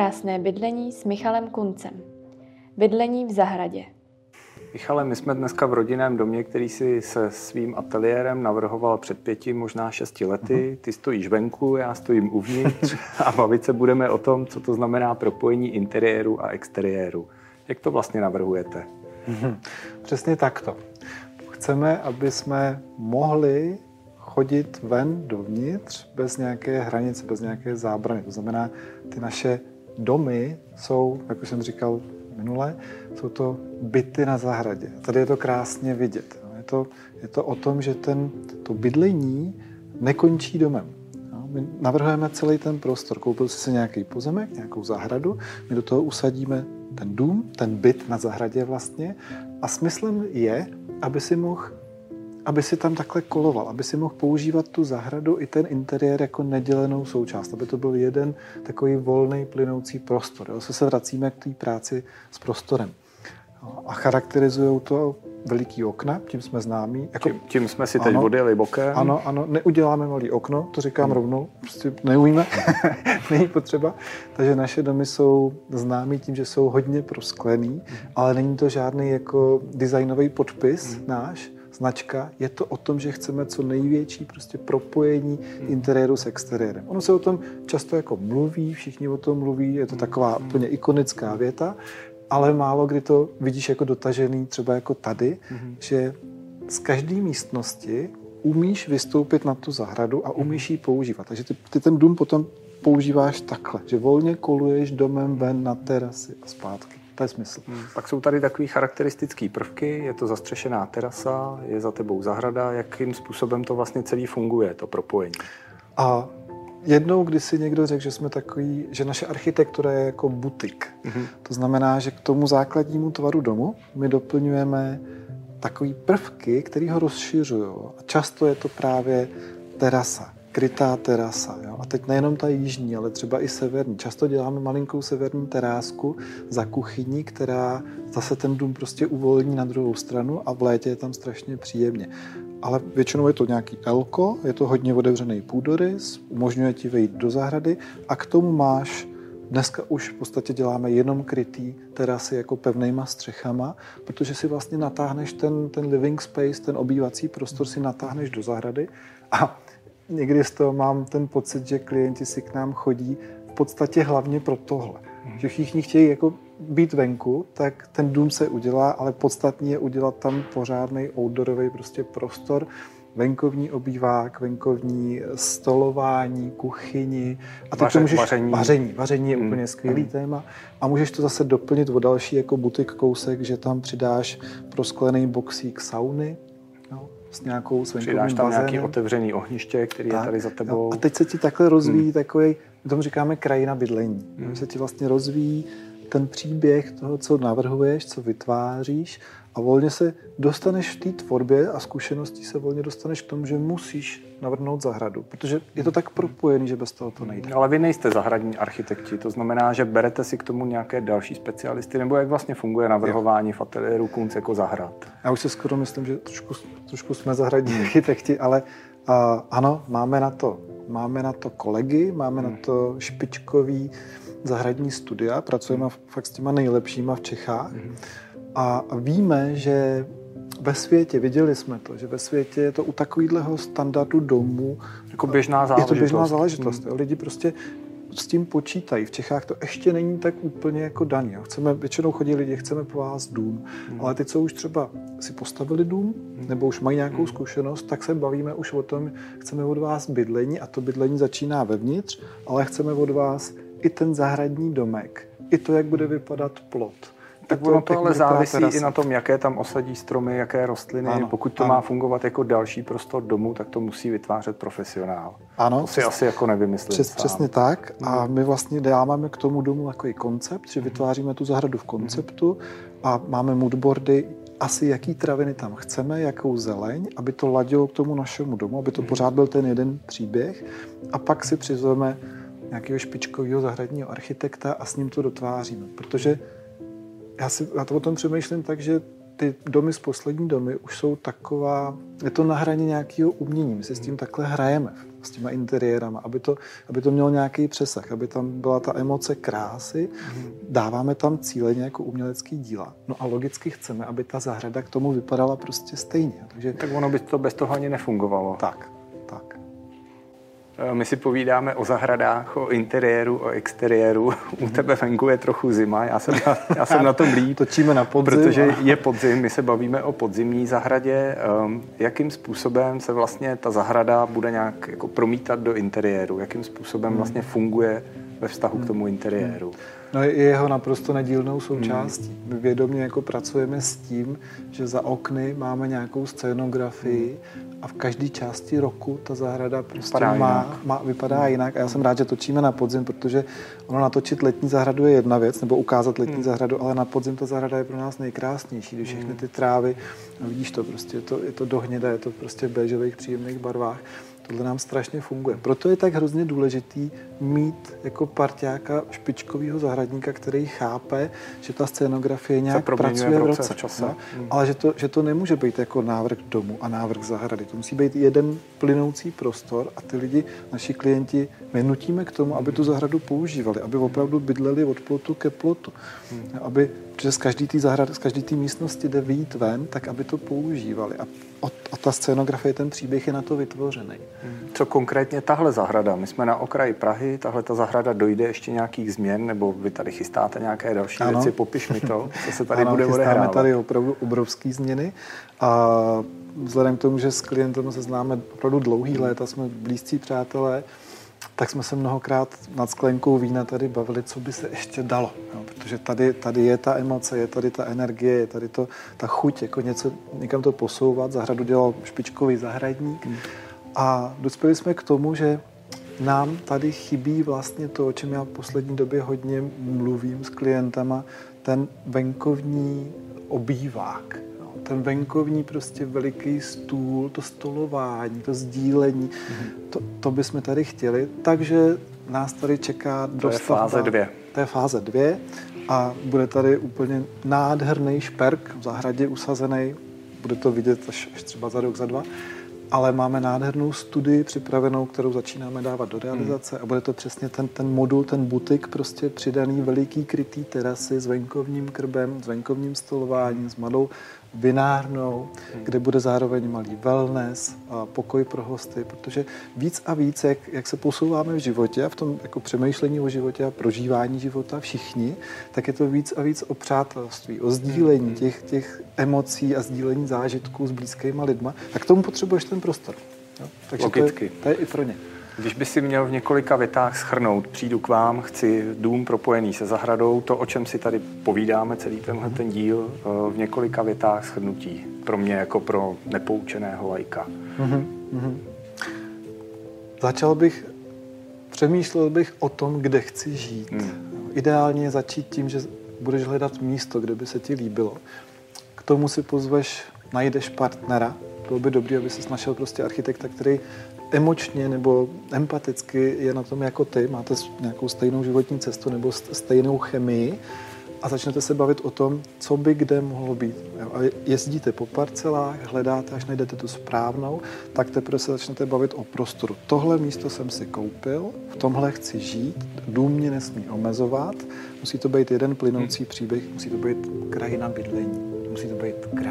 Krásné bydlení s Michalem Kuncem. Bydlení v zahradě. Michale, my jsme dneska v rodinném domě, který si se svým ateliérem navrhoval před 5, možná 6 lety. Ty stojíš venku, já stojím uvnitř a bavit se budeme o tom, co to znamená propojení interiéru a exteriéru. Jak to vlastně navrhujete? Přesně takto. Chceme, aby jsme mohli chodit ven dovnitř bez nějaké hranice, bez nějaké zábrany. To znamená, ty naše domy jsou, jak už jsem říkal minule, jsou to byty na zahradě. Tady je to krásně vidět. Je to o tom, že to bydlení nekončí domem. My navrhujeme celý ten prostor. Koupil jsi si nějaký pozemek, nějakou zahradu, my do toho usadíme ten dům, ten byt na zahradě vlastně a smyslem je, aby si tam takhle koloval, aby si mohl používat tu zahradu i ten interiér jako nedělenou součást, aby to byl jeden takový volný, plynoucí prostor. Zase se vracíme k té práci s prostorem. A charakterizují to veliký okna, tím jsme známí. Tím jsme si teď odjeli bokem. Ano, neuděláme malý okno, to říkám rovnou, prostě neumíme, není potřeba. Takže naše domy jsou známí tím, že jsou hodně prosklený, ale není to žádný jako designový podpis náš, značka, je to o tom, že chceme co největší prostě propojení interiéru s exteriérem. Ono se o tom často jako mluví, všichni o tom mluví, je to taková úplně ikonická věta, ale málo kdy to vidíš jako dotažený třeba jako tady, že z každé místnosti umíš vystoupit na tu zahradu a umíš ji používat. Takže ty ten dům potom používáš takhle, že volně koluješ domem ven na terasy a zpátky. To je smysl. Pak jsou tady takový charakteristický prvky, je to zastřešená terasa, je za tebou zahrada, jakým způsobem to vlastně celý funguje, to propojení. A jednou, když si někdo řekl, že jsme takový, že naše architektura je jako butik. To znamená, že k tomu základnímu tvaru domu my doplňujeme takový prvky, které ho rozšiřují. A často je to právě terasa, krytá terasa. Jo? A teď nejenom ta jižní, ale třeba i severní. Často děláme malinkou severní terásku za kuchyní, která zase ten dům prostě uvolní na druhou stranu a v létě je tam strašně příjemně. Ale většinou je to nějaký elko, je to hodně otevřený půdorys, umožňuje ti vejít do zahrady a k tomu máš, dneska už v podstatě děláme jenom krytý terasy jako pevnejma střechama, protože si vlastně natáhneš ten living space, ten obývací prostor si natáhneš do zahrady a někdy z toho mám ten pocit, že klienti si k nám chodí v podstatě hlavně pro tohle. Že všichni chtějí jako být venku, tak ten dům se udělá, ale podstatně je udělat tam pořádnej outdoorový prostě prostor, venkovní obývák, venkovní stolování, kuchyni. A teď to můžeš, vaření je úplně skvělý téma. A můžeš to zase doplnit o další jako butik kousek, že tam přidáš prosklený boxík sauny, s nějakou svenkovým bazénem. Přidáš tam nějaký otevřený ohniště, který je tady za tebou. A teď se ti takhle rozvíjí takový, my tomu říkáme krajina bydlení. Se ti vlastně rozvíjí ten příběh toho, co navrhuješ, co vytváříš a volně se dostaneš v té tvorbě a zkušeností se volně dostaneš k tomu, že musíš navrhnout zahradu, protože je to tak propojený, že bez toho to nejde. Ale vy nejste zahradní architekti, to znamená, že berete si k tomu nějaké další specialisty, nebo jak vlastně funguje navrhování v ateliéru Kunc jako zahrad? Já už si skoro myslím, že trošku jsme zahradní architekti, ale ano, máme na to kolegy, máme na to špičkový zahradní studia, pracujeme fakt s těma nejlepšíma v Čechách a víme, že ve světě, viděli jsme to, že ve světě je to u takovýhleho standardu domů jako běžná záležitost. Je to běžná záležitost. Lidi prostě s tím počítají. V Čechách to ještě není tak úplně jako daný. Většinou chodí lidi, chceme po vás dům, ale ty, co už třeba si postavili dům, nebo už mají nějakou zkušenost, tak se bavíme už o tom, chceme od vás bydlení a to bydlení začíná vevnitř, ale chceme od vás i ten zahradní domek, i to, jak bude vypadat plot. Tak ono to ale závisí i na tom, jaké tam osadí stromy, jaké rostliny. Pokud to má fungovat jako další prostor domu, tak to musí vytvářet profesionál. Ano. To si asi jako nevymyslím. Přesně tak. A my vlastně dáváme k tomu domu takový koncept, že vytváříme tu zahradu v konceptu a máme moodboardy, asi jaký traviny tam chceme, jakou zeleň, aby to ladilo k tomu našemu domu, aby to pořád byl ten jeden příběh. A pak si přizveme nějakého špičkového zahradního architekta a s ním to dotváříme. Protože já to o tom přemýšlím tak, že ty domy z poslední domy už jsou taková, je to na hraně nějakého umění, my si s tím takhle hrajeme, s těma interiérama, aby to mělo nějaký přesah, aby tam byla ta emoce krásy, dáváme tam cíleně jako umělecký díla. No a logicky chceme, aby ta zahrada k tomu vypadala prostě stejně. Takže... Tak ono by to bez toho ani nefungovalo. Tak. My si povídáme o zahradách, o interiéru, o exteriéru. U tebe venku je trochu zima, já jsem na tom líp. Točíme na podzim. Protože je podzim, my se bavíme o podzimní zahradě. Jakým způsobem se vlastně ta zahrada bude nějak jako promítat do interiéru? Jakým způsobem vlastně funguje ve vztahu k tomu interiéru? No je jeho naprosto nedílnou součástí. My vědomě jako pracujeme s tím, že za okny máme nějakou scénografii a v každé části roku ta zahrada prostě vypadá jinak. A já jsem rád, že točíme na podzim, protože ono natočit letní zahradu je jedna věc, nebo ukázat letní zahradu, ale na podzim ta zahrada je pro nás nejkrásnější, když všechny ty trávy, no vidíš to prostě, je to dohnědé, je to prostě v béžových příjemných barvách. Tohle nám strašně funguje. Proto je tak hrozně důležitý mít jako parťáka špičkového zahradníka, který chápe, že ta scénografie nějak pracuje v roce. No? Ale že to nemůže být jako návrh domu a návrh zahrady. To musí být jeden plynoucí prostor a ty lidi, naši klienti, my nutíme k tomu, aby tu zahradu používali, aby opravdu bydleli od plotu ke plotu. Protože z každé té místnosti jde vyjít ven, tak aby to používali. A ta scénografie, ten příběh je na to vytvořený. Co konkrétně tahle zahrada? My jsme na okraji Prahy, tahle ta zahrada dojde ještě nějakých změn, nebo vy tady chystáte nějaké další věci? Popiš mi to, co se tady bude odehrávat. Chystáme tady opravdu obrovské změny a vzhledem k tomu, že s klientem se známe opravdu dlouhý let a jsme blízcí přátelé, tak jsme se mnohokrát nad sklenkou vína tady bavili, co by se ještě dalo. No, protože tady je ta emoce, je tady ta energie, je tady ta chuť, jako někam to posouvat. Zahradu dělal špičkový zahradník. A dospěli jsme k tomu, že nám tady chybí vlastně to, o čem já v poslední době hodně mluvím s klientama, ten venkovní obývák. Ten venkovní prostě veliký stůl, to stolování, to sdílení, to bychom tady chtěli. Takže nás tady čeká dostavba. To je fáze 2. To je fáze 2 a bude tady úplně nádherný šperk v zahradě usazený. Bude to vidět až třeba za rok, za 2. Ale máme nádhernou studii připravenou, kterou začínáme dávat do realizace a bude to přesně ten modul, ten butik prostě přidaný veliký krytý terasy s venkovním krbem, s venkovním stolováním, s malou vinárnou, kde bude zároveň malý wellness a pokoj pro hosty, protože víc a víc, jak se posouváme v životě a v tom jako přemýšlení o životě a prožívání života všichni, tak je to víc a víc o přátelství, o sdílení těch emocí a sdílení zážitků s blízkýma lidma. A k tomu potřebuješ ten prostor. Jo? Takže logicky. To je i pro ně. Když by si měl v několika větách shrnout, přijdu k vám, chci dům propojený se zahradou, to, o čem si tady povídáme, celý tenhle ten díl, v několika větách shrnutí. Pro mě jako pro nepoučeného laika. Přemýšlel bych o tom, kde chci žít. Ideálně začít tím, že budeš hledat místo, kde by se ti líbilo. K tomu si najdeš partnera. Bylo by dobré, aby ses našel prostě architekta, který emočně nebo empaticky je na tom jako ty, máte nějakou stejnou životní cestu nebo stejnou chemii a začnete se bavit o tom, co by kde mohlo být. A jezdíte po parcelách, hledáte, až najdete tu správnou, tak teprve se začnete bavit o prostoru. Tohle místo jsem si koupil, v tomhle chci žít, dům mě nesmí omezovat, musí to být jeden plynoucí příběh, musí to být krajina bydlení, musí to být krásný